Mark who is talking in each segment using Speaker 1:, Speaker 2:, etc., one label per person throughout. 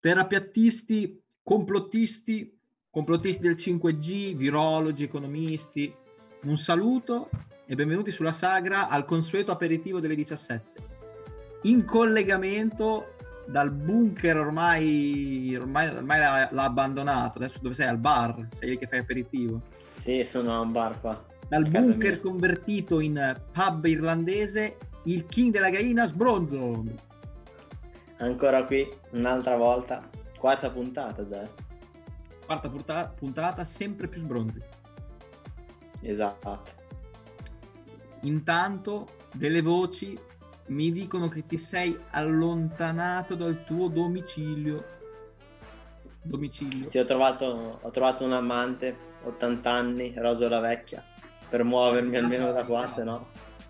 Speaker 1: terapiattisti, complottisti del 5G, virologi, economisti, un saluto e benvenuti sulla Sagra al consueto aperitivo delle 17. In collegamento dal bunker ormai l'ha abbandonato. Adesso dove sei? Al bar? Sei lì che fai aperitivo?
Speaker 2: Sì, sono al bar qua.
Speaker 1: Dal bunker convertito in pub irlandese, il King della Gaina Sbronzo.
Speaker 2: Ancora qui, un'altra volta. Quarta puntata già.
Speaker 1: Quarta puntata, sempre più sbronzi.
Speaker 2: Esatto.
Speaker 1: Intanto delle voci mi dicono che ti sei allontanato dal tuo domicilio.
Speaker 2: Sì, ho trovato un amante, 80 anni, roso la vecchia, per muovermi almeno da qua, se no.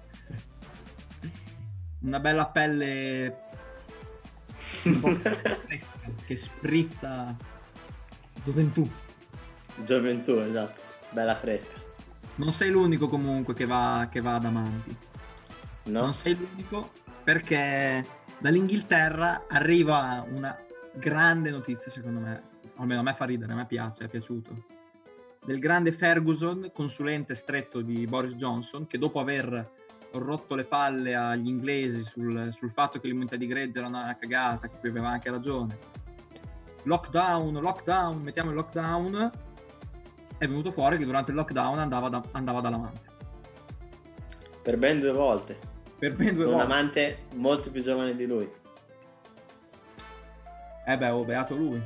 Speaker 2: Una
Speaker 1: bella pelle un po' fresca, che sprizza gioventù.
Speaker 2: Gioventù, esatto, bella fresca.
Speaker 1: Non sei l'unico comunque che va ad amanti.
Speaker 2: No.
Speaker 1: Non sei l'unico, perché dall'Inghilterra arriva una grande notizia, secondo me, almeno a me fa ridere, a me piace, è piaciuto, del grande Ferguson, consulente stretto di Boris Johnson, che dopo aver rotto le palle agli inglesi sul fatto che l'immunità di gregge era una cagata, che poi aveva anche ragione, lockdown, mettiamo il lockdown, è venuto fuori che durante il lockdown andava dall'amante.
Speaker 2: Per ben 2 volte.
Speaker 1: Un
Speaker 2: amante molto più giovane di lui.
Speaker 1: Beato lui.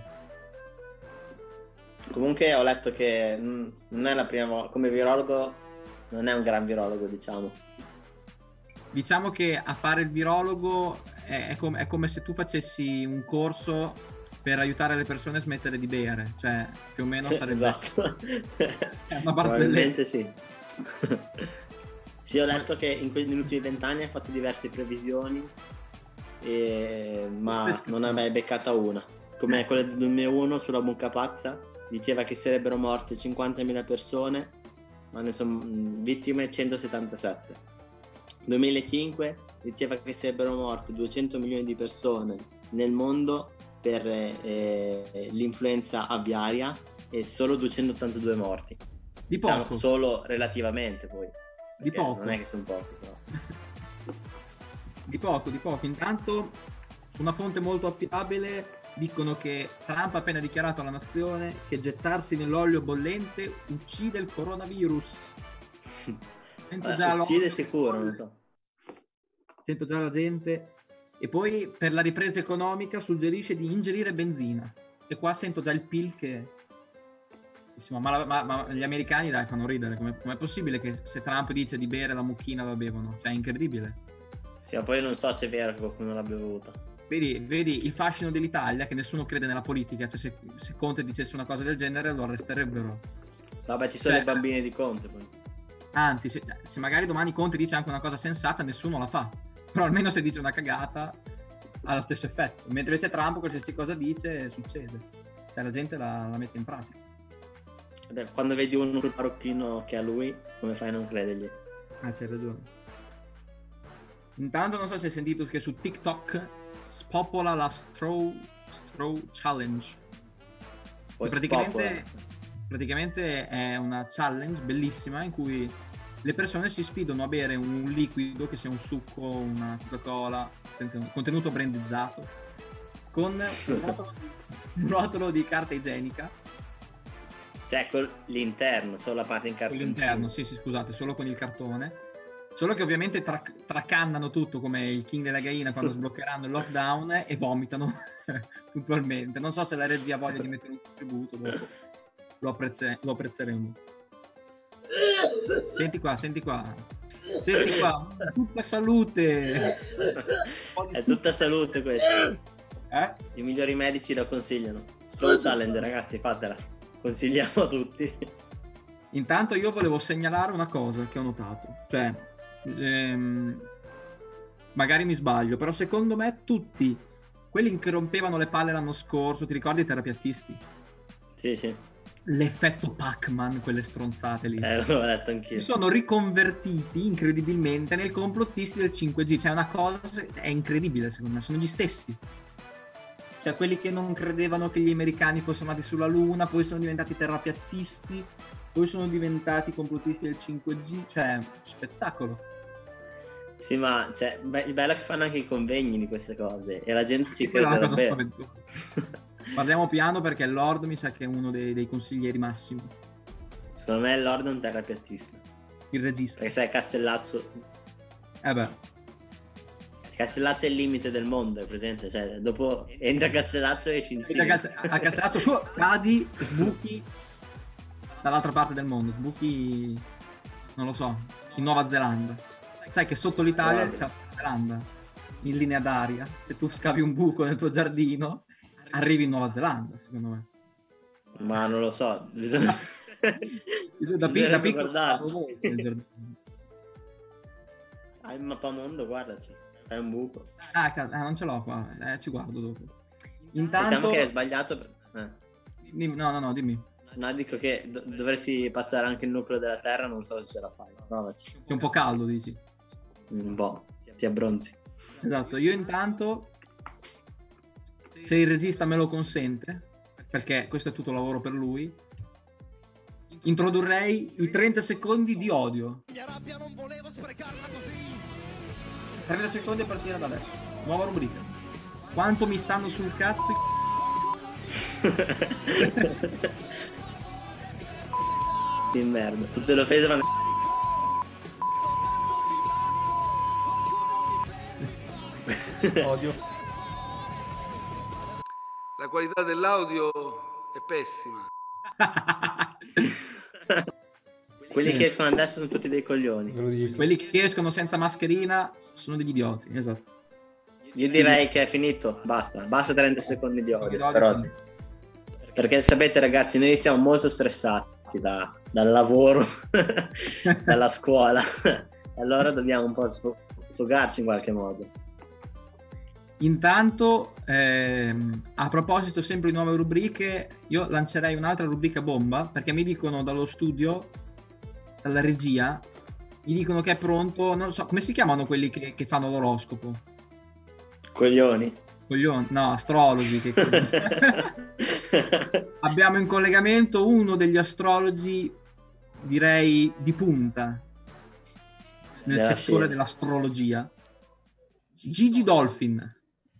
Speaker 2: Comunque ho letto che non è la prima volta, come virologo non è un gran virologo,
Speaker 1: diciamo che a fare il virologo è come se tu facessi un corso per aiutare le persone a smettere di bere, cioè più o meno sarebbe
Speaker 2: esatto.
Speaker 1: È una
Speaker 2: probabilmente sì. Sì, ho letto che negli ultimi 20 anni ha fatto diverse previsioni, ma non ne ha mai beccata una. Come quella del 2001 sulla mucca pazza, diceva che sarebbero morte 50.000 persone, ma ne sono vittime 177. 2005 diceva che sarebbero morte 200 milioni di persone nel mondo per l'influenza aviaria e solo 282 morti.
Speaker 1: Di poco.
Speaker 2: Solo relativamente, poi.
Speaker 1: Di poco.
Speaker 2: Non è che sono pochi, però.
Speaker 1: Di poco. Intanto, su una fonte molto affidabile, dicono che Trump ha appena dichiarato alla nazione che gettarsi nell'olio bollente uccide il coronavirus.
Speaker 2: Uccide sicuro, non so.
Speaker 1: Sento già la gente. E poi per la ripresa economica suggerisce di ingerire benzina. E qua sento già il PIL che... Ma gli americani, dai, fanno ridere. Com'è possibile che se Trump dice di bere la mucchina la bevono? Cioè, è incredibile.
Speaker 2: Sì, ma poi non so se è vero che qualcuno l'abbia bevuta.
Speaker 1: Vedi il fascino dell'Italia, che nessuno crede nella politica. Cioè, se Conte dicesse una cosa del genere lo arresterebbero.
Speaker 2: Vabbè, ci sono le bambine di Conte poi.
Speaker 1: Anzi, se magari domani Conte dice anche una cosa sensata, nessuno la fa. Però almeno se dice una cagata ha lo stesso effetto. Mentre invece Trump qualsiasi cosa dice succede. Cioè la gente la mette in pratica.
Speaker 2: Vabbè, quando vedi uno col parrucchino che ha lui, come fai a non credergli?
Speaker 1: C'hai ragione. Intanto non so se hai sentito che su TikTok spopola la Straw Challenge. Praticamente è una challenge bellissima in cui le persone si sfidano a bere un liquido, che sia un succo, una Coca-Cola, contenuto brandizzato, con un rotolo di carta igienica.
Speaker 2: Cioè con l'interno, solo la parte in cartone.
Speaker 1: L'interno, sì, scusate, solo con il cartone. Solo che ovviamente tracannano tutto come il King della Gaina quando sbloccheranno il lockdown e vomitano puntualmente. Non so se la regia voglia di mettere un contributo, dopo lo apprezzeremo. Senti qua. Tutta salute.
Speaker 2: È tutta salute questa. I migliori medici la consigliano. Slow challenge, ragazzi, fatela. Consigliamo a tutti.
Speaker 1: Intanto io volevo segnalare una cosa che ho notato. Cioè, magari mi sbaglio, però secondo me tutti quelli che rompevano le palle l'anno scorso, ti ricordi i terapiattisti?
Speaker 2: Sì.
Speaker 1: L'effetto Pac-Man, quelle stronzate lì.
Speaker 2: L'ho letto anch'io.
Speaker 1: Sono riconvertiti incredibilmente nel complottisti del 5G. Cioè una cosa, è incredibile secondo me, sono gli stessi. Cioè quelli che non credevano che gli americani fossero andati sulla Luna, poi sono diventati terrapiattisti, poi sono diventati complottisti del 5G, cioè spettacolo.
Speaker 2: Sì, ma cioè, il bello è che fanno anche i convegni di queste cose e la gente ci
Speaker 1: Quella è
Speaker 2: crede
Speaker 1: una cosa
Speaker 2: davvero.
Speaker 1: spaventosa. Parliamo piano perché Lord mi sa che è uno dei consiglieri massimi,
Speaker 2: Secondo me Lord è un terrapiattista.
Speaker 1: il regista.
Speaker 2: Perché sai, Castellaccio è il limite del mondo, è presente? Cioè, dopo entra Castellaccio e esci in Cina.
Speaker 1: A Castellazzo cadi, sbuchi dall'altra parte del mondo, sbuchi, non lo so, in Nuova Zelanda. Sai che sotto l'Italia c'è la Nuova Zelanda, in linea d'aria. Se tu scavi un buco nel tuo giardino, arrivi in Nuova Zelanda, secondo me.
Speaker 2: Ma non lo so, bisogna
Speaker 1: Da piccolo
Speaker 2: guardarci.
Speaker 1: nel giardino.
Speaker 2: Hai il mappamondo, guardaci, è un buco.
Speaker 1: Non ce l'ho qua, ci guardo dopo. Intanto...
Speaker 2: Diciamo che è sbagliato.
Speaker 1: No, dimmi.
Speaker 2: No, dico che dovresti passare anche il nucleo della Terra, non so se ce la fai. Provaci.
Speaker 1: È un po' caldo, dici?
Speaker 2: Un po', ti abbronzi.
Speaker 1: Esatto, io intanto, se il regista me lo consente, perché questo è tutto lavoro per lui, introdurrei i 30 secondi di odio. Mia rabbia non volevo sprecarla così. 30 secondi a partire da adesso. Nuova rubrica. Quanto mi stanno sul cazzo
Speaker 2: Ti merda, tutte le offese vanno.
Speaker 3: Odio. La qualità dell'audio è pessima.
Speaker 2: Quelli che escono adesso sono tutti dei coglioni.
Speaker 1: Quelli che escono senza mascherina sono degli idioti, esatto.
Speaker 2: Io direi che è finito, basta 30 secondi di odio per oggi. Perché sapete ragazzi, noi siamo molto stressati dal lavoro, dalla scuola, allora dobbiamo un po' sfogarci in qualche modo.
Speaker 1: Intanto, a proposito sempre di nuove rubriche, io lancerei un'altra rubrica bomba, perché mi dicono dallo studio, dalla regia, mi dicono che è pronto, non so, come si chiamano quelli che fanno l'oroscopo?
Speaker 2: Coglioni?
Speaker 1: No, astrologi. Abbiamo in collegamento uno degli astrologi, direi, di punta nel settore dell'astrologia, Gigi Dolphin.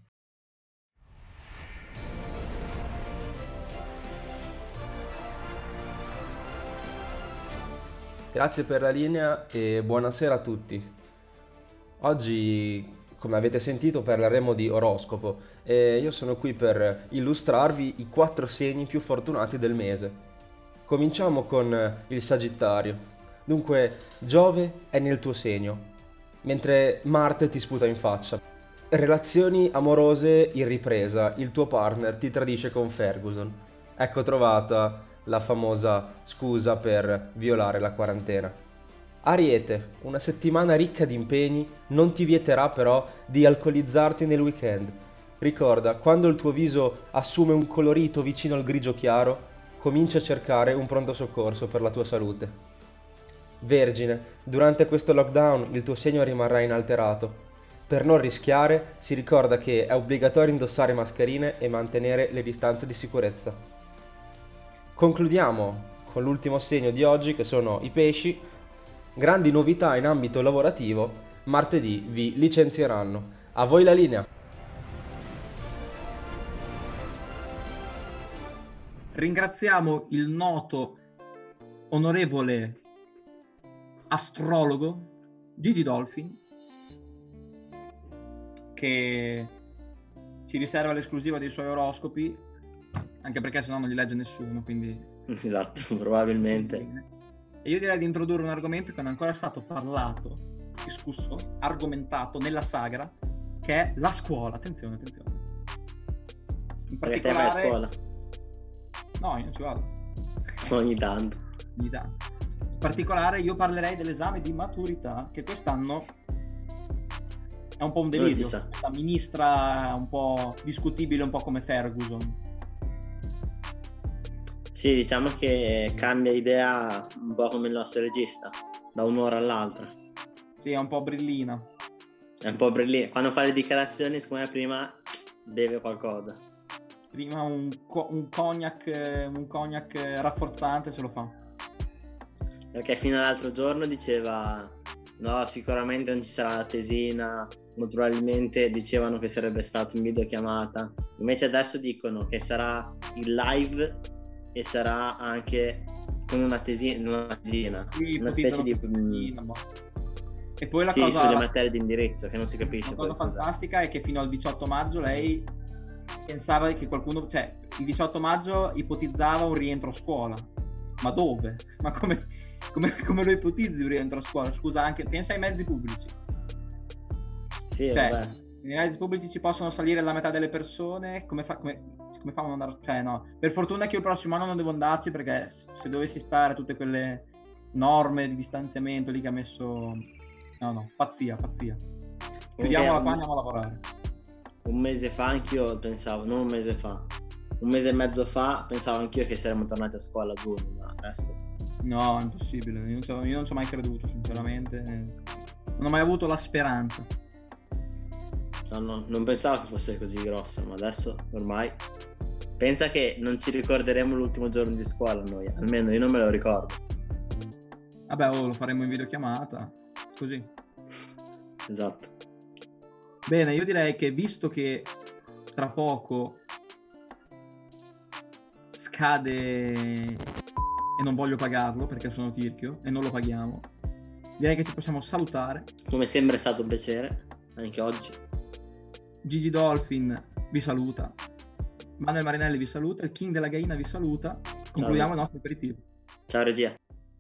Speaker 3: Grazie per la linea e buonasera a tutti. Oggi, come avete sentito, parleremo di oroscopo e io sono qui per illustrarvi i 4 segni più fortunati del mese. Cominciamo con il Sagittario. Dunque, Giove è nel tuo segno, mentre Marte ti sputa in faccia. Relazioni amorose in ripresa, il tuo partner ti tradisce con Ferguson. Ecco trovata la famosa scusa per violare la quarantena. Ariete, una settimana ricca di impegni, non ti vieterà però di alcolizzarti nel weekend. Ricorda, quando il tuo viso assume un colorito vicino al grigio chiaro, comincia a cercare un pronto soccorso per la tua salute. Vergine, durante questo lockdown il tuo segno rimarrà inalterato. Per non rischiare, si ricorda che è obbligatorio indossare mascherine e mantenere le distanze di sicurezza. Concludiamo con l'ultimo segno di oggi, che sono i Pesci. Grandi novità in ambito lavorativo, martedì vi licenzieranno. A voi la linea.
Speaker 1: Ringraziamo il noto onorevole astrologo Gigi Dolphin, che ci riserva l'esclusiva dei suoi oroscopi, anche perché sennò non li legge nessuno, quindi...
Speaker 2: Esatto, probabilmente.
Speaker 1: E io direi di introdurre un argomento che non è ancora stato parlato, discusso, argomentato nella sagra, che è la scuola. Attenzione. In
Speaker 2: Perché te vai a scuola?
Speaker 1: No, io non ci vado.
Speaker 2: Ogni tanto.
Speaker 1: In particolare io parlerei dell'esame di maturità, che quest'anno è un po' un delirio. La ministra un po' discutibile, un po' come Ferguson.
Speaker 2: Sì, diciamo che cambia idea un po' come il nostro regista, da un'ora all'altra.
Speaker 1: Sì, è un po' brillina.
Speaker 2: Quando fa le dichiarazioni, secondo me prima beve qualcosa.
Speaker 1: prima un cognac rafforzante se lo fa.
Speaker 2: Perché fino all'altro giorno diceva no, sicuramente non ci sarà la tesina, molto probabilmente dicevano che sarebbe stato in videochiamata, invece adesso dicono che sarà il live e sarà anche con una tesina,
Speaker 1: Sì,
Speaker 2: una specie di
Speaker 1: tesina, boh. E poi la
Speaker 2: sì,
Speaker 1: cosa,
Speaker 2: sulle materie di indirizzo che non si
Speaker 1: la
Speaker 2: capisce
Speaker 1: cosa
Speaker 2: poi cos'è.
Speaker 1: fantastica è che fino al 18 maggio lei pensava che qualcuno, cioè il 18 maggio ipotizzava un rientro a scuola. Ma dove? Ma come lo ipotizzi un rientro a scuola? Scusa, anche pensa ai mezzi pubblici.
Speaker 2: Sì,
Speaker 1: Cioè,
Speaker 2: vabbè.
Speaker 1: nei mezzi pubblici ci possono salire la metà delle persone, come fanno ad andare? Cioè, no. Per fortuna che io il prossimo anno non devo andarci, perché se dovessi stare tutte quelle norme di distanziamento lì che ha messo... No, pazzia. Chiudiamola qua, andiamo a lavorare.
Speaker 2: Un mese fa anch'io pensavo, non un mese fa, un mese e mezzo fa pensavo anch'io che saremmo tornati a scuola a giugno, ma adesso
Speaker 1: No, è impossibile. Io non ci ho mai creduto, sinceramente. Non ho mai avuto la speranza.
Speaker 2: no, non pensavo che fosse così grossa, ma adesso ormai pensa che non ci ricorderemo l'ultimo giorno di scuola noi, almeno io non me lo ricordo.
Speaker 1: Vabbè, lo faremo in videochiamata, così.
Speaker 2: Esatto.
Speaker 1: Bene, io direi che visto che tra poco scade e non voglio pagarlo perché sono tirchio e non lo paghiamo, direi che ci possiamo salutare.
Speaker 2: Come sempre è stato un piacere, anche oggi.
Speaker 1: Gigi Dolphin vi saluta, Manuel Marinelli vi saluta, il King della Gaina vi saluta. Concludiamo il nostro aperitivo.
Speaker 2: Ciao regia.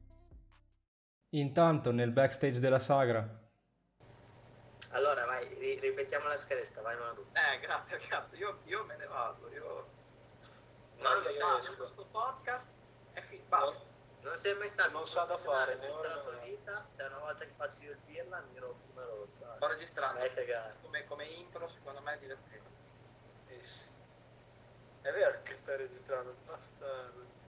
Speaker 3: Intanto nel backstage della sagra.
Speaker 2: Allora vai, ripetiamo la scaletta, vai Manu.
Speaker 1: Grazie ragazzi, io me ne vado, questo podcast è finito, basta.
Speaker 2: Non sei mai stato
Speaker 3: Non sa da fare,
Speaker 2: in tutta la tua vita, cioè una volta che faccio io il pirla mi rompo una roba.
Speaker 1: Sto registrando,
Speaker 2: Vai a cagare.
Speaker 1: come intro secondo me è divertente.
Speaker 3: È vero che stai registrando, basta.